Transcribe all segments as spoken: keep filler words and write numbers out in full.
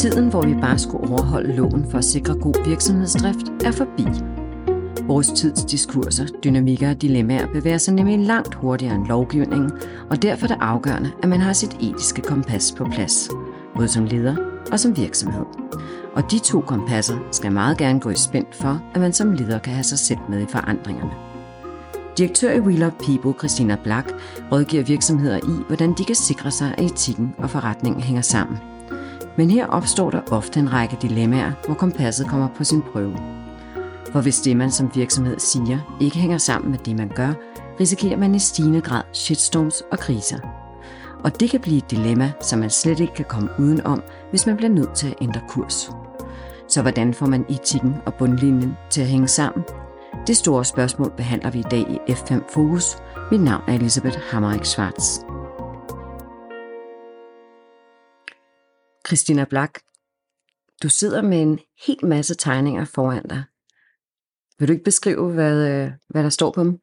Tiden, hvor vi bare skulle overholde loven for at sikre god virksomhedsdrift, er forbi. Vores tids diskurser, dynamikker og dilemmaer bevæger sig nemlig langt hurtigere end lovgivningen, og derfor er det afgørende, at man har sit etiske kompas på plads, både som leder og som virksomhed. Og de to kompasser skal meget gerne gå i spænd for, at man som leder kan have sig selv med i forandringerne. Direktør i We Love People, Christina Black, rådgiver virksomheder i, hvordan de kan sikre sig, at etikken og forretningen hænger sammen. Men her opstår der ofte en række dilemmaer, hvor kompasset kommer på sin prøve. For hvis det, man som virksomhed siger, ikke hænger sammen med det, man gør, risikerer man i stigende grad shitstorms og kriser. Og det kan blive et dilemma, som man slet ikke kan komme udenom, hvis man bliver nødt til at ændre kurs. Så hvordan får man etikken og bundlinjen til at hænge sammen? Det store spørgsmål behandler vi i dag i F fem Fokus. Mit navn er Elisabeth Hammerik Schwartz. Christina Black, du sidder med en hel masse tegninger foran dig. Vil du ikke beskrive, hvad, hvad der står på dem?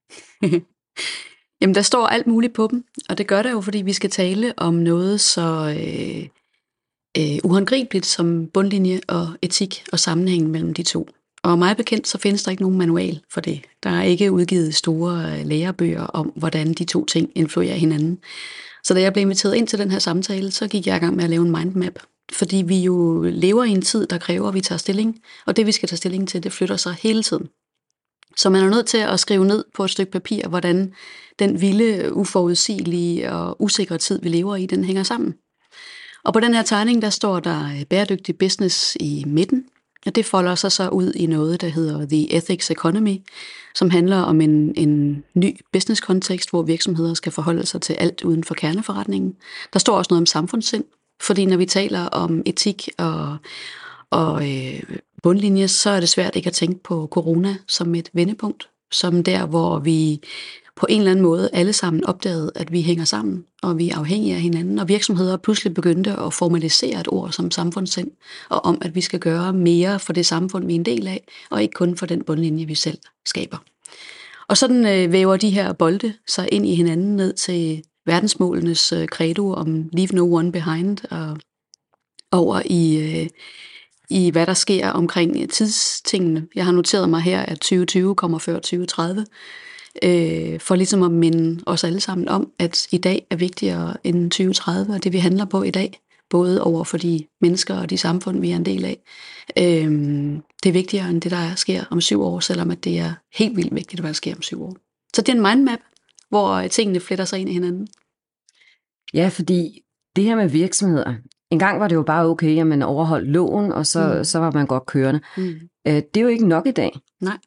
Jamen, der står alt muligt på dem, og det gør der jo, fordi vi skal tale om noget så øh, øh, uhåndgribeligt som bundlinje og etik og sammenhængen mellem de to. Og meget bekendt, så findes der ikke nogen manual for det. Der er ikke udgivet store lærebøger om, hvordan de to ting influerer hinanden. Så da jeg blev inviteret ind til den her samtale, så gik jeg i gang med at lave en mindmap. Fordi vi jo lever i en tid, der kræver, at vi tager stilling. Og det, vi skal tage stilling til, det flytter sig hele tiden. Så man er nødt til at skrive ned på et stykke papir, hvordan den vilde, uforudsigelige og usikre tid, vi lever i, den hænger sammen. Og på den her tegning, der står der bæredygtig business i midten. Og det folder sig så ud i noget, der hedder The Ethics Economy, som handler om en, en ny business-kontekst, hvor virksomheder skal forholde sig til alt uden for kerneforretningen. Der står også noget om samfundssind, fordi når vi taler om etik og, og øh, bundlinje, så er det svært ikke at tænke på corona som et vendepunkt, som der, hvor vi på en eller anden måde alle sammen opdagede, at vi hænger sammen, og vi er afhængige af hinanden, og virksomheder pludselig begyndte at formalisere et ord som samfundssind, og om, at vi skal gøre mere for det samfund, vi er en del af, og ikke kun for den bundlinje, vi selv skaber. Og sådan øh, væver de her bolde sig ind i hinanden ned til verdensmålenes øh, credo om leave no one behind, og over i, øh, i hvad der sker omkring tidstingene. Jeg har noteret mig her, at tyve tyve kommer før tyve tredive, øh, for ligesom at minde os alle sammen om, at i dag er vigtigere end tyve tredive, og det vi handler på i dag, både over for de mennesker og de samfund, vi er en del af. Øh, det er vigtigere end det, der sker om syv år, selvom at det er helt vildt vigtigt, hvad der sker om syv år. Så det er en mindmap, hvor tingene fletter sig ind i hinanden. Ja, fordi det her med virksomheder, en gang var det jo bare okay, at man overholdt loven, og så, mm. så var man godt kørende. Mm. Det er jo ikke nok i dag. Nej.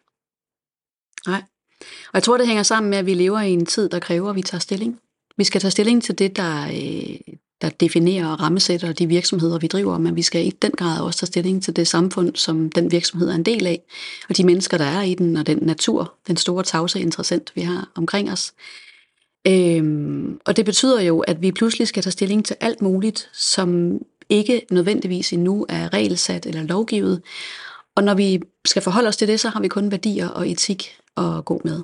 Nej. Og jeg tror, det hænger sammen med, at vi lever i en tid, der kræver, at vi tager stilling. Vi skal tage stilling til det, der, der definerer og rammesætter de virksomheder, vi driver, men vi skal i den grad også tage stilling til det samfund, som den virksomhed er en del af, og de mennesker, der er i den, og den natur, den store tavse interessent, vi har omkring os. Øhm, og det betyder jo, at vi pludselig skal tage stilling til alt muligt, som ikke nødvendigvis endnu er regelsat eller lovgivet. Og når vi skal forholde os til det, så har vi kun værdier og etik at gå med.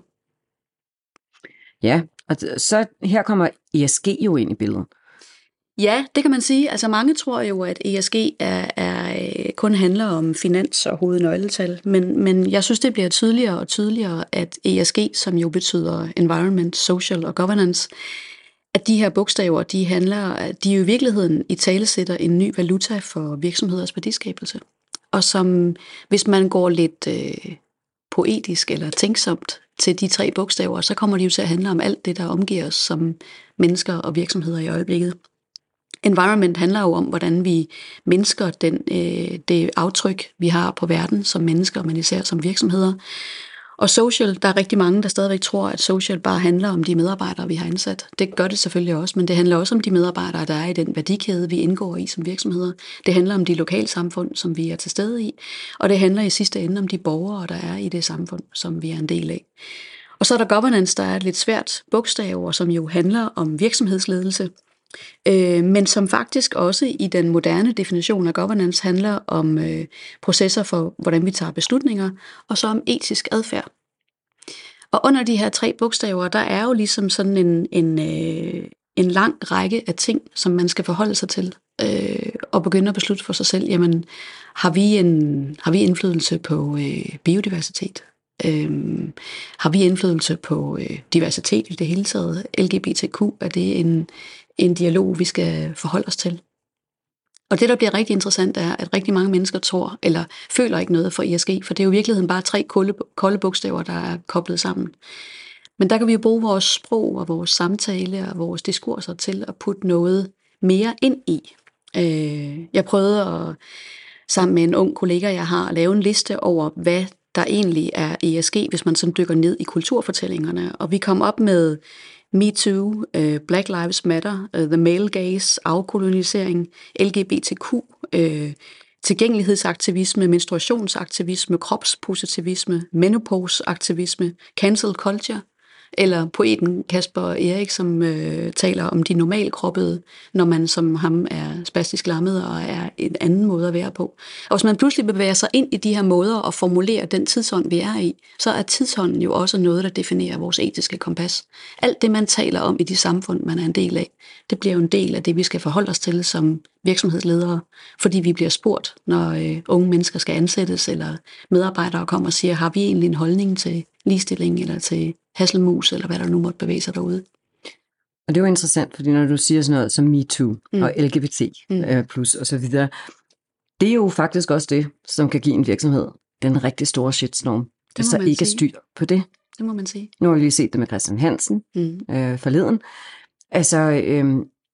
Ja, og så her kommer E S G jo ind i billedet. Ja, det kan man sige. Altså mange tror jo, at E S G er, er, kun handler om finans og hovednøgletal, men, men jeg synes, det bliver tydeligere og tydeligere, at E S G, som jo betyder Environment, Social og Governance, at de her bogstaver, de handler, de jo i virkeligheden i talesætter en ny valuta for virksomheders værdiskabelse. Og som, hvis man går lidt øh, poetisk eller tænksomt til de tre bogstaver, så kommer de jo til at handle om alt det, der omgiver os som mennesker og virksomheder i øjeblikket. Environment handler jo om, hvordan vi mindsker den, øh, det aftryk, vi har på verden som mennesker, men især som virksomheder. Og social, der er rigtig mange, der stadigvæk tror, at social bare handler om de medarbejdere, vi har ansat. Det gør det selvfølgelig også, men det handler også om de medarbejdere, der er i den værdikæde, vi indgår i som virksomheder. Det handler om de lokalsamfund, som vi er til stede i, og det handler i sidste ende om de borgere, der er i det samfund, som vi er en del af. Og så er der governance, der er et lidt svært bogstav, som jo handler om virksomhedsledelse, øh, men som faktisk også i den moderne definition af governance handler om øh, processer for, hvordan vi tager beslutninger, og så om etisk adfærd. Og under de her tre bogstaver, der er jo ligesom sådan en, en, øh, en lang række af ting, som man skal forholde sig til. Øh, og begynde at beslutte for sig selv, jamen, har vi, en, har vi indflydelse på øh, biodiversitet? Øhm, har vi indflydelse på øh, diversitet i det hele taget? L G B T Q, er det en, en dialog, vi skal forholde os til? Og det, der bliver rigtig interessant, er, at rigtig mange mennesker tror, eller føler ikke noget for E S G, for det er jo i virkeligheden bare tre kolde, kolde bogstaver, der er koblet sammen. Men der kan vi jo bruge vores sprog og vores samtale og vores diskurser til at putte noget mere ind i. Jeg prøvede at, sammen med en ung kollega, jeg har, at lave en liste over, hvad der egentlig er E S G, hvis man sådan dykker ned i kulturfortællingerne. Og vi kom op med MeToo, uh, Black Lives Matter, uh, The Male Gaze, afkolonisering, L G B T Q, uh, tilgængelighedsaktivisme, menstruationsaktivisme, kropspositivisme, menopauseaktivisme, cancel culture, eller poeten Kasper Erik, som øh, taler om de normalkroppede, når man som ham er spastisk lammet og er en anden måde at være på. Og hvis man pludselig bevæger sig ind i de her måder at formulere den tidsånd, vi er i, så er tidsånden jo også noget, der definerer vores etiske kompas. Alt det, man taler om i de samfund, man er en del af, det bliver jo en del af det, vi skal forholde os til som virksomhedsledere, fordi vi bliver spurgt, når øh, unge mennesker skal ansættes, eller medarbejdere kommer og siger, har vi egentlig en holdning til ligestilling, eller til hasselmus, eller hvad der nu måtte bevæge sig derude. Og det er jo interessant, fordi når du siger sådan noget som MeToo mm. og L G B T mm. øh, plus og så videre, det er jo faktisk også det, som kan give en virksomhed den rigtig store shitstorm. Det er så ikke styr på det. Det må man sige. Nu har vi lige set det med Christian Hansen mm. øh, forleden. Altså, øh,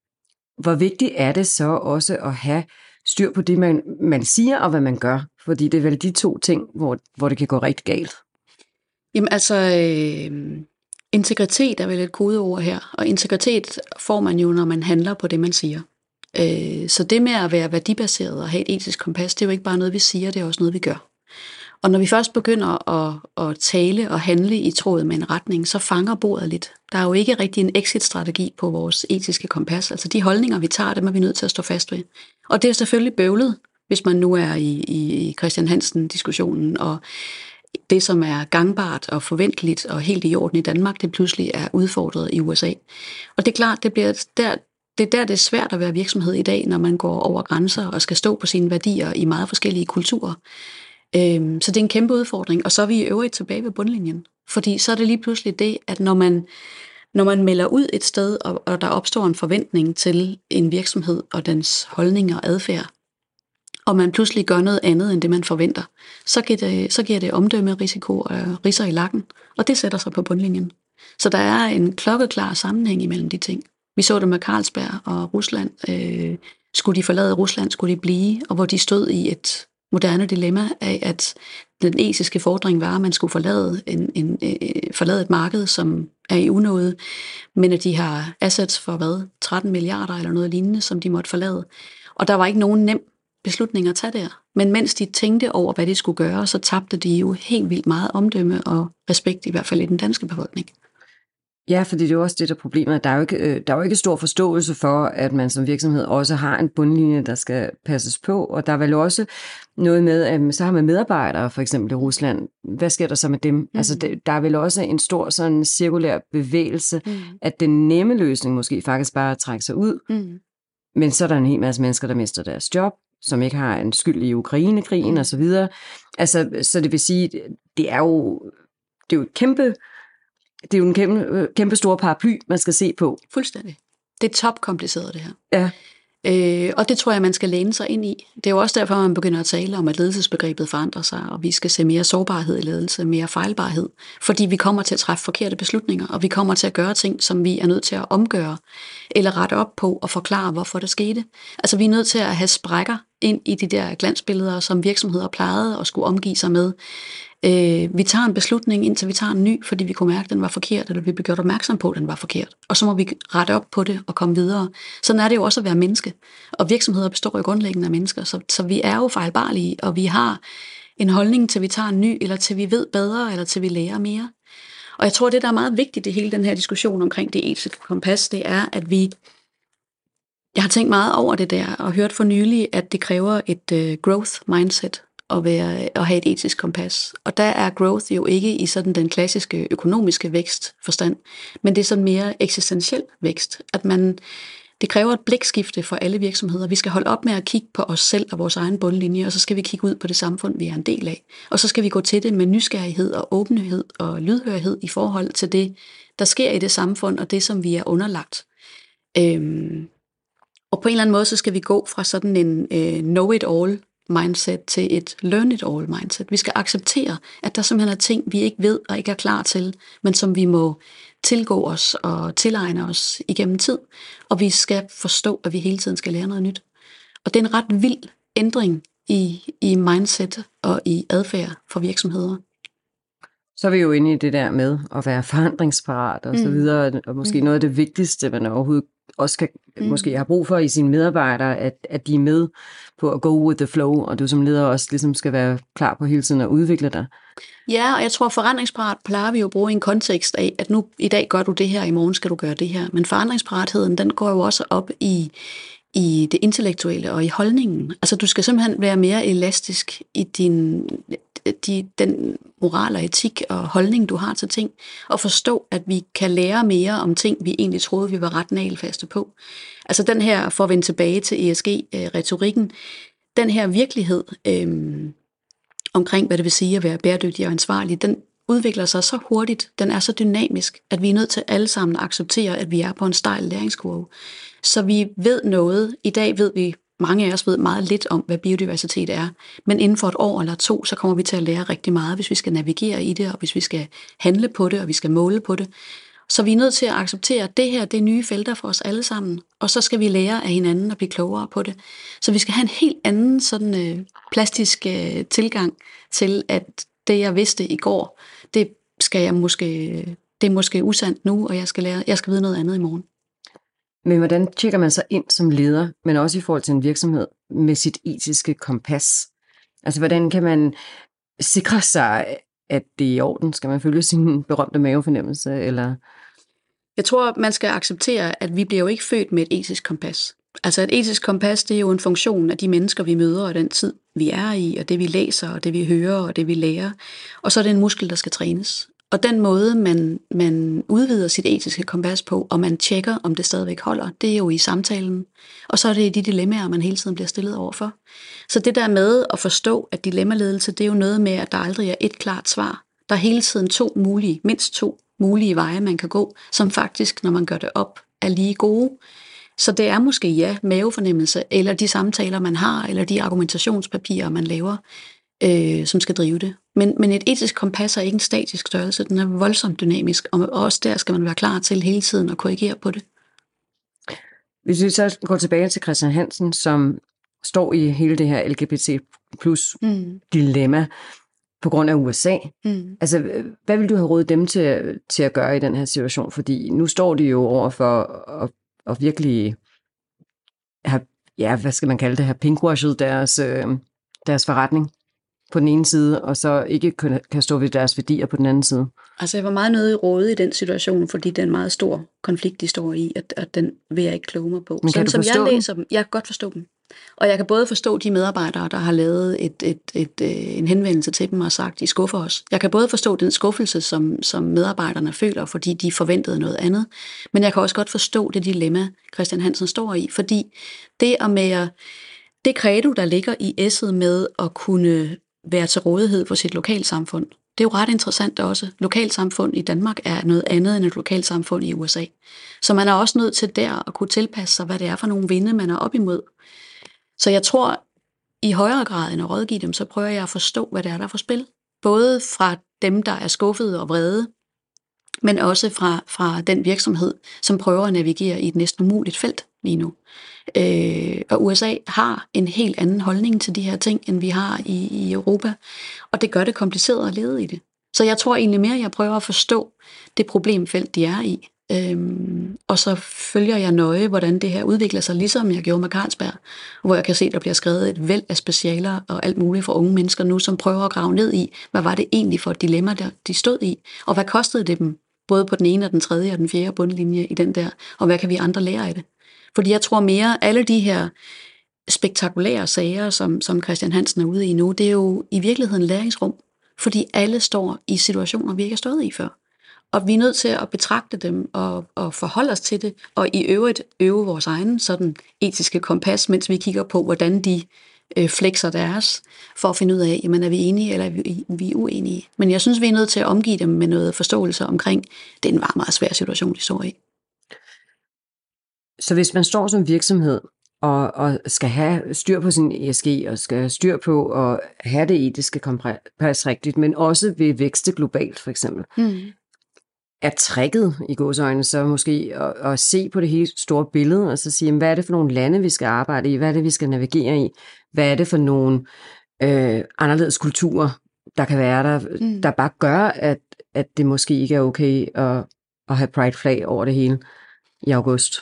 hvor vigtigt er det så også at have styr på det, man, man siger og hvad man gør? Fordi det er vel de to ting, hvor, hvor det kan gå rigtig galt. Jamen altså, øh, integritet er vel et kodeord her, og integritet får man jo, når man handler på det, man siger. Øh, så det med at være værdibaseret og have et etisk kompas, det er jo ikke bare noget, vi siger, det er også noget, vi gør. Og når vi først begynder at, at tale og handle i tråd med en retning, så fanger bordet lidt. Der er jo ikke rigtig en exit-strategi på vores etiske kompas. Altså de holdninger, vi tager, dem er vi nødt til at stå fast ved. Og det er selvfølgelig bøvlet, hvis man nu er i, i Christian Hansen-diskussionen, og det, som er gangbart og forventeligt og helt i orden i Danmark, det pludselig er udfordret i U S A. Og det er klart, det, bliver der, det er der, det er svært at være virksomhed i dag, når man går over grænser og skal stå på sine værdier i meget forskellige kulturer. Øhm, så det er en kæmpe udfordring, og så er vi i øvrigt tilbage ved bundlinjen. Fordi så er det lige pludselig det, at når man, når man melder ud et sted, og, og der opstår en forventning til en virksomhed og dens holdninger og adfærd, og man pludselig gør noget andet end det, man forventer, så giver det, så giver det omdømmerisiko og ridser i lakken, og det sætter sig på bundlinjen. Så der er en klokkeklar sammenhæng imellem de ting. Vi så det med Carlsberg og Rusland. Øh, skulle de forlade Rusland, skulle de blive, og hvor de stod i et moderne dilemma af, at den etiske fordring var, at man skulle forlade, en, en, øh, forlade et marked, som er i unåde, men at de har assets for hvad, tretten milliarder eller noget lignende, som de måtte forlade. Og der var ikke nogen nem beslutning at tage der. Men mens de tænkte over, hvad de skulle gøre, så tabte de jo helt vildt meget omdømme og respekt, i hvert fald i den danske befolkning. Ja, fordi det er jo også det, der er problemet. Der er jo ikke, der er jo ikke stor forståelse for, at man som virksomhed også har en bundlinje, der skal passes på, og der er vel også noget med, at så har man medarbejdere, for eksempel i Rusland. Hvad sker der så med dem? Mm. Altså, der er vel også en stor sådan cirkulær bevægelse, mm. at den nemme løsning måske faktisk bare trækker sig ud, mm. men så er der en hel masse mennesker, der mister deres job, som ikke har en skyld i Ukrainekrigen og så videre. Altså, så det vil sige, det er jo, det er jo et kæmpe, det er jo en kæmpe, kæmpe store paraply, man skal se på. Fuldstændig. Det er topkompliceret, det her. Ja. Øh, og det tror jeg, man skal læne sig ind i. Det er jo også derfor, man begynder at tale om, at ledelsesbegrebet forandrer sig, og vi skal se mere sårbarhed i ledelse, mere fejlbarhed, fordi vi kommer til at træffe forkerte beslutninger, og vi kommer til at gøre ting, som vi er nødt til at omgøre, eller rette op på og forklare, hvorfor det skete. Altså, vi er nødt til at have sprækker ind i de der glansbilleder, som virksomheder plejede at skulle omgive sig med. Øh, vi tager en beslutning, indtil vi tager en ny, fordi vi kunne mærke, at den var forkert, eller vi blev gjort opmærksom på, at den var forkert. Og så må vi rette op på det og komme videre. Sådan er det jo også at være menneske. Og virksomheder består jo grundlæggende af mennesker, så, så vi er jo fejlbarlige, og vi har en holdning til, vi tager en ny, eller til vi ved bedre, eller til vi lærer mere. Og jeg tror, det, der er meget vigtigt i hele den her diskussion omkring det etiske kompas, det er, at vi... Jeg har tænkt meget over det der, og hørt for nylig, at det kræver et uh, growth mindset, At, være, at have et etisk kompas. Og der er growth jo ikke i sådan den klassiske økonomiske vækstforstand, men det er sådan mere eksistentiel vækst. At man, Det kræver et blikskifte for alle virksomheder. Vi skal holde op med at kigge på os selv og vores egen bundlinje, og så skal vi kigge ud på det samfund, vi er en del af. Og så skal vi gå til det med nysgerrighed og åbenhed og lydhørighed i forhold til det, der sker i det samfund, og det, som vi er underlagt. Øhm, og på en eller anden måde, så skal vi gå fra sådan en øh, know-it-all mindset til et learn-it-all mindset. Vi skal acceptere, at der simpelthen er ting, vi ikke ved og ikke er klar til, men som vi må tilgå os og tilegne os igennem tid, og vi skal forstå, at vi hele tiden skal lære noget nyt. Og det er en ret vild ændring i, i mindset og i adfærd for virksomheder. Så er vi jo inde i det der med at være forandringsparat og mm. så videre, og måske mm. noget af det vigtigste, man overhovedet også kan, mm. måske har brug for i sine medarbejdere, at, at de er med på at go with the flow, og du som leder også ligesom skal være klar på hele tiden at udvikle dig. Ja, og jeg tror, forandringsparat plejer vi jo at bruge i en kontekst af, at nu i dag gør du det her, i morgen skal du gøre det her. Men forandringsparatheden, den går jo også op i, i det intellektuelle og i holdningen. Altså du skal simpelthen være mere elastisk i din, de, den moral og etik og holdning, du har til ting, og forstå, at vi kan lære mere om ting, vi egentlig troede, vi var ret nagelfaste på. Altså den her, for at vende tilbage til E S G-retorikken, den her virkelighed øh, omkring, hvad det vil sige at være bæredygtig og ansvarlig, den udvikler sig så hurtigt, den er så dynamisk, at vi er nødt til alle sammen at acceptere, at vi er på en stejl læringskurve. Så vi ved noget. I dag ved vi, mange af os ved meget lidt om, hvad biodiversitet er, men inden for et år eller to, så kommer vi til at lære rigtig meget, hvis vi skal navigere i det, og hvis vi skal handle på det, og vi skal måle på det. Så vi er nødt til at acceptere, at det her det er nye felter for os alle sammen, og så skal vi lære af hinanden og blive klogere på det. Så vi skal have en helt anden sådan øh, plastisk øh, tilgang til, at det jeg vidste i går, det skal jeg måske, det er måske usandt nu, og jeg skal lære, jeg skal vide noget andet i morgen. Men hvordan tjekker man så ind som leder, men også i forhold til en virksomhed, med sit etiske kompas? Altså, hvordan kan man sikre sig, at det er i orden? Skal man følge sin berømte mavefornemmelse, eller? Jeg tror, man skal acceptere, at vi bliver jo ikke født med et etisk kompas. Altså et etisk kompas, det er jo en funktion af de mennesker, vi møder, og den tid, vi er i, og det vi læser, og det vi hører, og det vi lærer. Og så er det en muskel, der skal trænes. Og den måde, man, man udvider sit etiske kompas på, og man tjekker, om det stadigvæk holder, det er jo i samtalen. Og så er det de dilemmaer, man hele tiden bliver stillet overfor. Så det der med at forstå, at dilemmaledelse, det er jo noget med, at der aldrig er et klart svar. Der er hele tiden to mulige, mindst to mulige veje, man kan gå, som faktisk, når man gør det op, er lige gode. Så det er måske ja, mavefornemmelse, eller de samtaler, man har, eller de argumentationspapirer, man laver, øh, som skal drive det. Men, men et etisk kompas er ikke en statisk størrelse, den er voldsomt dynamisk, og også der skal man være klar til hele tiden at korrigere på det. Hvis vi så går tilbage til Christian Hansen, som står i hele det her L G B T plus mm. dilemma på grund af U S A. Mm. Altså, hvad vil du have rådet dem til, til at gøre i den her situation? Fordi nu står de jo over for at, at virkelig have, ja, hvad skal man kalde det her, pinkwashed deres, øh, deres forretning på den ene side, og så ikke kan, kan stå ved deres værdier på den anden side. Altså, jeg var meget nødig råde i den situation, fordi det er en meget stor konflikt, de står i, at, at den vil jeg ikke kloge mig på. Men kan Sådan, du som jeg læser dem? dem, jeg kan godt forstå dem. Og jeg kan både forstå de medarbejdere, der har lavet et, et, et, et, en henvendelse til dem og sagt, de skuffer os. Jeg kan både forstå den skuffelse, som, som medarbejderne føler, fordi de forventede noget andet. Men jeg kan også godt forstå det dilemma, Christian Hansen står i. Fordi det at med det credo, der ligger i S'et med at kunne være til rådighed for sit lokalsamfund, det er jo ret interessant også. Lokalsamfund i Danmark er noget andet end et lokalsamfund i U S A. Så man er også nødt til der at kunne tilpasse sig, hvad det er for nogle vinde, man er op imod. Så jeg tror, i højere grad end at rådgive dem, så prøver jeg at forstå, hvad det er, der er for spil. Både fra dem, der er skuffede og vrede, men også fra, fra den virksomhed, som prøver at navigere i et næsten umuligt felt lige nu. Øh, og U S A har en helt anden holdning til de her ting, end vi har i, i Europa, og det gør det kompliceret at lede i det. Så jeg tror egentlig mere, at jeg prøver at forstå det problemfelt, de er i. Øhm, og så følger jeg nøje, hvordan det her udvikler sig, ligesom jeg gjorde med Carlsberg, hvor jeg kan se, at der bliver skrevet et væld af specialer og alt muligt for unge mennesker nu, som prøver at grave ned i, hvad var det egentlig for et dilemma, der de stod i, og hvad kostede det dem, både på den ene og den tredje og den fjerde bundlinje i den der, og hvad kan vi andre lære af det? Fordi jeg tror mere, alle de her spektakulære sager, som, som Christian Hansen er ude i nu, det er jo i virkeligheden læringsrum, fordi alle står i situationer, vi ikke har stået i før. Og vi er nødt til at betragte dem og, og forholde os til det, og i øvrigt øve vores egen sådan etiske kompas, mens vi kigger på, hvordan de øh, flexer deres, for at finde ud af, jamen er vi enige, eller er vi, vi er uenige. Men jeg synes, vi er nødt til at omgive dem med noget forståelse omkring, det er en meget, meget svær situation, de står i. Så hvis man står som virksomhed, og, og skal have styr på sin E S G, og skal have styr på at have det etiske kompas rigtigt, men også vil vækste globalt for eksempel, mm. er tricket i gåseøjne så måske at, at se på det hele store billede, og så sige, hvad er det for nogle lande, vi skal arbejde i, hvad er det, vi skal navigere i, hvad er det for nogle øh, anderledes kulturer, der kan være der, mm. der bare gør, at, at det måske ikke er okay at, at have pride flag over det hele i august.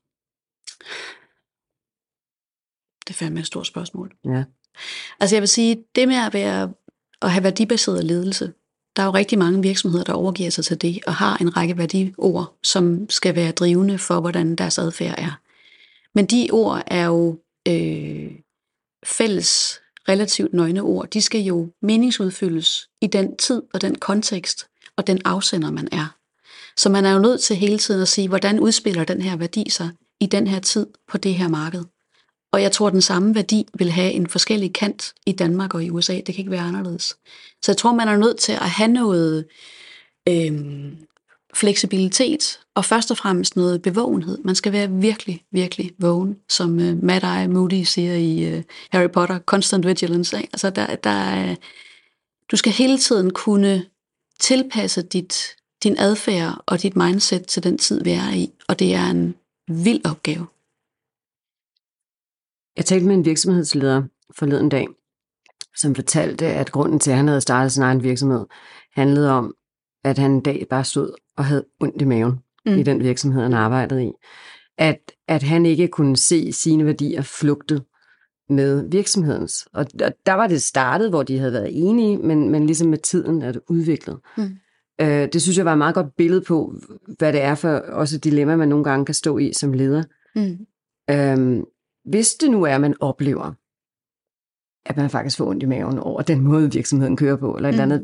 Det er fandme et stort spørgsmål. Ja. Altså jeg vil sige, det med at, være, at have værdibaseret ledelse, der er jo rigtig mange virksomheder, der overgiver sig til det, og har en række værdiord, som skal være drivende for, hvordan deres adfærd er. Men de ord er jo øh, fælles, relativt nøgne ord. De skal jo meningsudfyldes i den tid og den kontekst, og den afsender, man er. Så man er jo nødt til hele tiden at sige, hvordan udspiller den her værdi sig i den her tid på det her marked. Og jeg tror, at den samme værdi vil have en forskellig kant i Danmark og i U S A. Det kan ikke være anderledes. Så jeg tror, man er nødt til at have noget øh, fleksibilitet, og først og fremmest noget bevågenhed. Man skal være virkelig, virkelig vågen, som øh, Mad-Eye Moody siger i øh, Harry Potter, constant vigilance. Ikke? Altså, der, der er, du skal hele tiden kunne tilpasse dit, din adfærd og dit mindset til den tid, vi er i, og det er en vild opgave. Jeg talte med en virksomhedsleder forleden dag, som fortalte, at grunden til, at han havde startet sin egen virksomhed, handlede om, at han en dag bare stod og havde ondt i maven mm. i den virksomhed, han arbejdede i. At, at han ikke kunne se sine værdier flugte med virksomhedens. Og der, der var det startet, hvor de havde været enige, men, men ligesom med tiden er det udviklet. Mm. Øh, det synes jeg var et meget godt billede på, hvad det er for også et dilemma, man nogle gange kan stå i som leder. Mm. Øhm, Hvis det nu er, at man oplever, at man faktisk får ondt i maven over den måde, virksomheden kører på, eller et mm. eller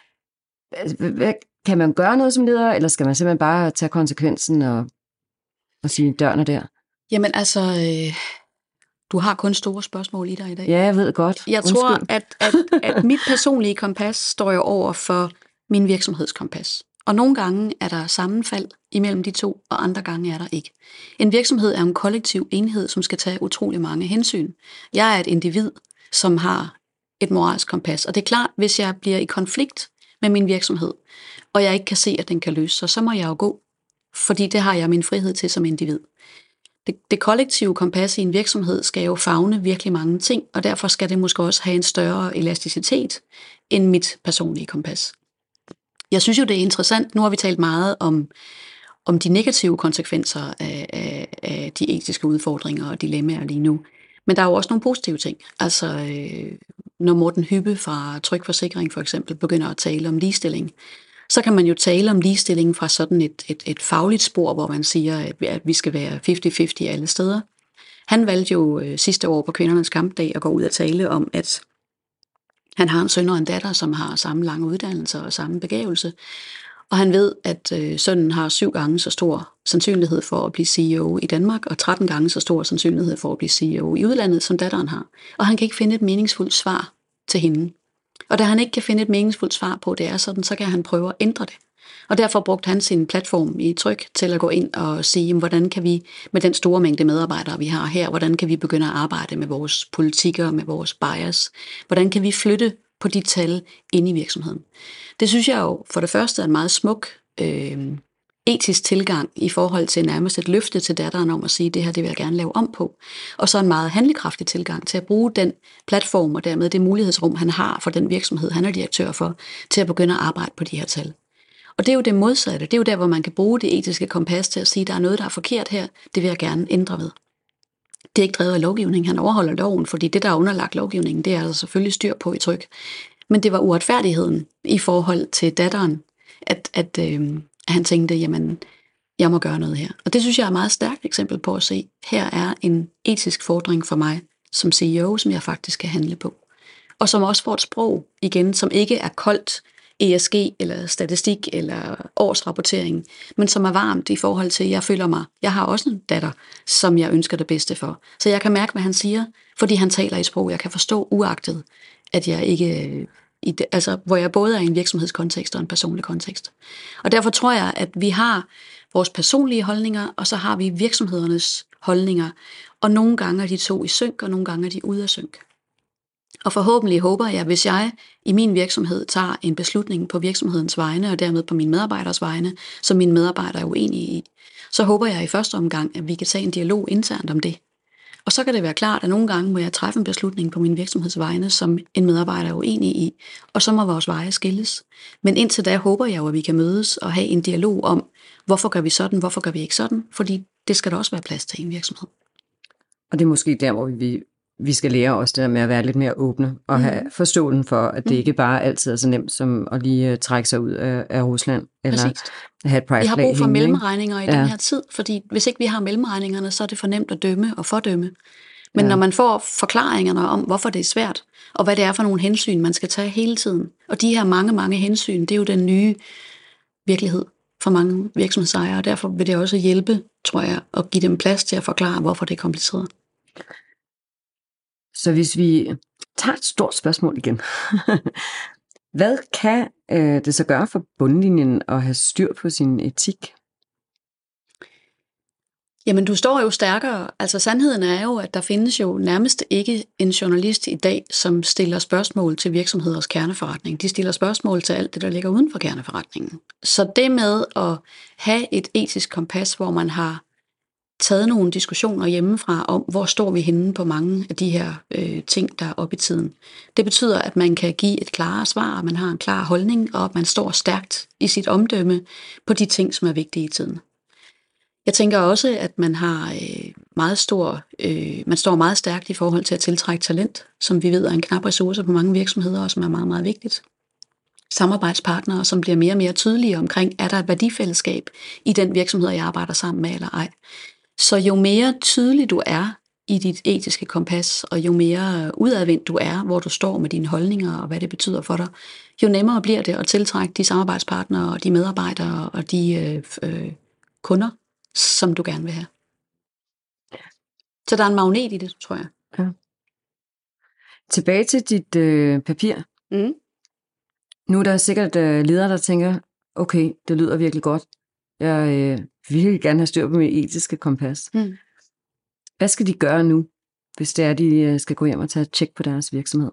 andet, kan man gøre noget som leder, eller skal man simpelthen bare tage konsekvensen og, og sige dørene der? Jamen altså, øh, du har kun store spørgsmål i dig i dag. Ja, jeg ved godt. Jeg Undskyld. tror, at, at, at mit personlige kompas står jo over for min virksomhedskompas. Og nogle gange er der sammenfald imellem de to, og andre gange er der ikke. En virksomhed er en kollektiv enhed, som skal tage utrolig mange hensyn. Jeg er et individ, som har et moralsk kompas. Og det er klart, hvis jeg bliver i konflikt med min virksomhed, og jeg ikke kan se, at den kan løse sig, så må jeg jo gå. Fordi det har jeg min frihed til som individ. Det, det kollektive kompas i en virksomhed skal jo favne virkelig mange ting, og derfor skal det måske også have en større elasticitet end mit personlige kompas. Jeg synes jo, det er interessant. Nu har vi talt meget om, om de negative konsekvenser af, af, af de etiske udfordringer og dilemmaer lige nu. Men der er jo også nogle positive ting. Altså, øh, når Morten Hübbe fra Tryg Forsikring for eksempel begynder at tale om ligestilling, så kan man jo tale om ligestilling fra sådan et, et, et fagligt spor, hvor man siger, at, at vi skal være halvtreds halvtreds alle steder. Han valgte jo øh, sidste år på Kvindernes Kampdag at gå ud og tale om, at han har en søn og en datter, som har samme lange uddannelser og samme begævelse. Og han ved, at øh, sønnen har syv gange så stor sandsynlighed for at blive C E O i Danmark, og tretten gange så stor sandsynlighed for at blive C E O i udlandet, som datteren har. Og han kan ikke finde et meningsfuldt svar til hende. Og da han ikke kan finde et meningsfuldt svar på, det er sådan, så kan han prøve at ændre det. Og derfor brugte han sin platform i Tryg til at gå ind og sige, hvordan kan vi med den store mængde medarbejdere, vi har her, hvordan kan vi begynde at arbejde med vores politikker, med vores bias? Hvordan kan vi flytte på de tal inde i virksomheden? Det synes jeg jo for det første er en meget smuk øh, etisk tilgang i forhold til nærmest et løfte til datteren om at sige, det her det vil jeg gerne lave om på. Og så en meget handlekraftig tilgang til at bruge den platform og dermed det mulighedsrum, han har for den virksomhed, han er direktør for, til at begynde at arbejde på de her tal. Og det er jo det modsatte. Det er jo der, hvor man kan bruge det etiske kompas til at sige, at der er noget, der er forkert her. Det vil jeg gerne ændre ved. Det er ikke drevet af lovgivning. Han overholder loven, fordi det, der er underlagt lovgivningen, det er der selvfølgelig styr på i Tryg. Men det var uretfærdigheden i forhold til datteren, at, at øh, han tænkte, jamen, jeg må gøre noget her. Og det synes jeg er et meget stærkt eksempel på at se, her er en etisk fordring for mig som C E O, som jeg faktisk kan handle på. Og som også får et sprog igen, som ikke er koldt, E S G eller statistik eller årsrapportering, men som er varmt i forhold til, at jeg føler mig, jeg har også en datter, som jeg ønsker det bedste for. Så jeg kan mærke, hvad han siger, fordi han taler i sprog, jeg kan forstå uagtet, at jeg ikke, i det, altså, hvor jeg både er i en virksomhedskontekst og en personlig kontekst. Og derfor tror jeg, at vi har vores personlige holdninger, og så har vi virksomhedernes holdninger, og nogle gange er de to i synk, og nogle gange er de ude af synk. Og forhåbentlig håber jeg, hvis jeg i min virksomhed tager en beslutning på virksomhedens vegne, og dermed på mine medarbejders vegne, som mine medarbejdere er uenige i, så håber jeg i første omgang, at vi kan tage en dialog internt om det. Og så kan det være klart, at nogle gange må jeg træffe en beslutning på min virksomheds vegne, som en medarbejder er uenig i, og så må vores veje skilles. Men indtil da håber jeg jo, at vi kan mødes og have en dialog om, hvorfor gør vi sådan, hvorfor gør vi ikke sådan, fordi det skal der også være plads til i en virksomhed. Og det er måske der, hvor vi, vi skal lære os det der med at være lidt mere åbne, og mm. have forståelsen for, at det mm. ikke bare altid er så nemt som at lige trække sig ud af, af Rusland, eller Præcis. have et price Vi har brug for hængende, mellemregninger i ja. den her tid, fordi hvis ikke vi har mellemregningerne, så er det for nemt at dømme og fordømme. Men Ja. når man får forklaringerne om, hvorfor det er svært, og hvad det er for nogle hensyn, man skal tage hele tiden, og de her mange, mange hensyn, det er jo den nye virkelighed for mange virksomhedsejere, og derfor vil det også hjælpe, tror jeg, at give dem plads til at forklare, hvorfor det er kompliceret. Så hvis vi tager et stort spørgsmål igen. Hvad kan øh, det så gøre for bundlinjen at have styr på sin etik? Jamen, du står jo stærkere. Altså, sandheden er jo, at der findes jo nærmest ikke en journalist i dag, som stiller spørgsmål til virksomheders kerneforretning. De stiller spørgsmål til alt det, der ligger uden for kerneforretningen. Så det med at have et etisk kompas, hvor man har taget nogle diskussioner hjemmefra om, hvor står vi henne på mange af de her øh, ting, der er oppe i tiden. Det betyder, at man kan give et klarere svar, at man har en klar holdning, og at man står stærkt i sit omdømme på de ting, som er vigtige i tiden. Jeg tænker også, at man har øh, meget stor, øh, man står meget stærkt i forhold til at tiltrække talent, som vi ved er en knap ressource på mange virksomheder, og som er meget, meget vigtigt. Samarbejdspartnere, som bliver mere og mere tydelige omkring, er der et værdifællesskab i den virksomhed, jeg arbejder sammen med eller ej. Så jo mere tydelig du er i dit etiske kompas, og jo mere udadvendt du er, hvor du står med dine holdninger og hvad det betyder for dig, jo nemmere bliver det at tiltrække de samarbejdspartnere og de medarbejdere og de øh, øh, kunder, som du gerne vil have. Så der er en magnet i det, tror jeg. Ja. Tilbage til dit øh, papir. Mm. Nu er der sikkert øh, ledere, der tænker, okay, det lyder virkelig godt. Jeg øh, vil gerne have styr på mit etiske kompas. Mm. Hvad skal de gøre nu, hvis det er, de øh, skal gå hjem og tage et tjek på deres virksomhed?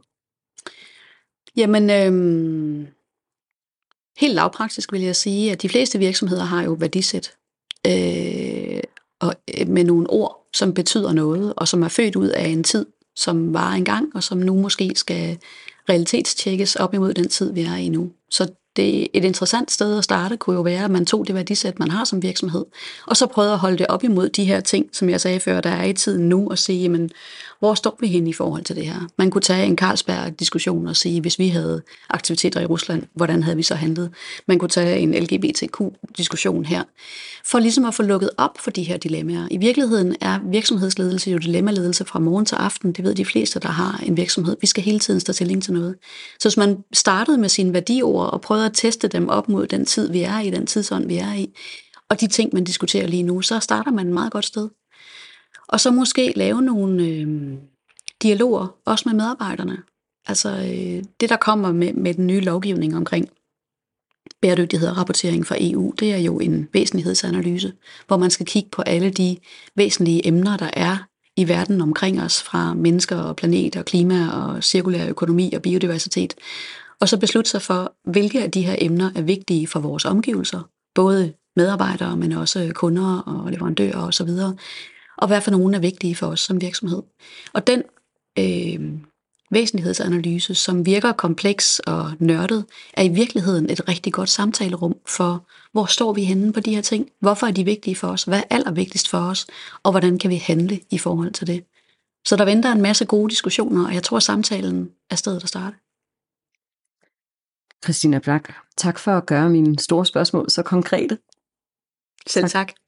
Jamen, øh, helt lavpraktisk vil jeg sige, at de fleste virksomheder har jo værdisæt. Øh, og med nogle ord, som betyder noget, og som er født ud af en tid, som var engang, og som nu måske skal realitetstjekkes op imod den tid, vi er i nu. Så det er et interessant sted at starte, kunne jo være, at man tog det værdisæt, man har som virksomhed, og så prøvede at holde det op imod de her ting, som jeg sagde før, der er i tiden nu, og sige, jamen, hvor står vi hen i forhold til det her? Man kunne tage en Carlsberg-diskussion og sige, hvis vi havde aktiviteter i Rusland, hvordan havde vi så handlet? Man kunne tage en L G B T Q-diskussion her, for ligesom at få lukket op for de her dilemmaer. I virkeligheden er virksomhedsledelse jo dilemmaledelse fra morgen til aften. Det ved de fleste, der har en virksomhed. Vi skal hele tiden stå stilling til noget. Så hvis man startede med sine værdiord og prøvede at teste dem op mod den tid, vi er i, den tidsånd, vi er i, og de ting, man diskuterer lige nu, så starter man et meget godt sted. Og så måske lave nogle øh, dialoger, også med medarbejderne. Altså øh, det, der kommer med, med den nye lovgivning omkring bæredygtighed og rapportering fra E U, det er jo en væsentlighedsanalyse, hvor man skal kigge på alle de væsentlige emner, der er i verden omkring os, fra mennesker og planet og klima og cirkulær økonomi og biodiversitet, og så beslutte sig for, hvilke af de her emner er vigtige for vores omgivelser, både medarbejdere, men også kunder og leverandører osv., og hvad for nogle er vigtige for os som virksomhed. Og den øh, væsentlighedsanalyse, som virker kompleks og nørdet, er i virkeligheden et rigtig godt samtalerum for, hvor står vi henne på de her ting? Hvorfor er de vigtige for os? Hvad er allervigtigst for os? Og hvordan kan vi handle i forhold til det? Så der venter en masse gode diskussioner, og jeg tror, samtalen er stedet at starte. Christina Blak, tak for at gøre mine store spørgsmål så konkrete. Selv tak.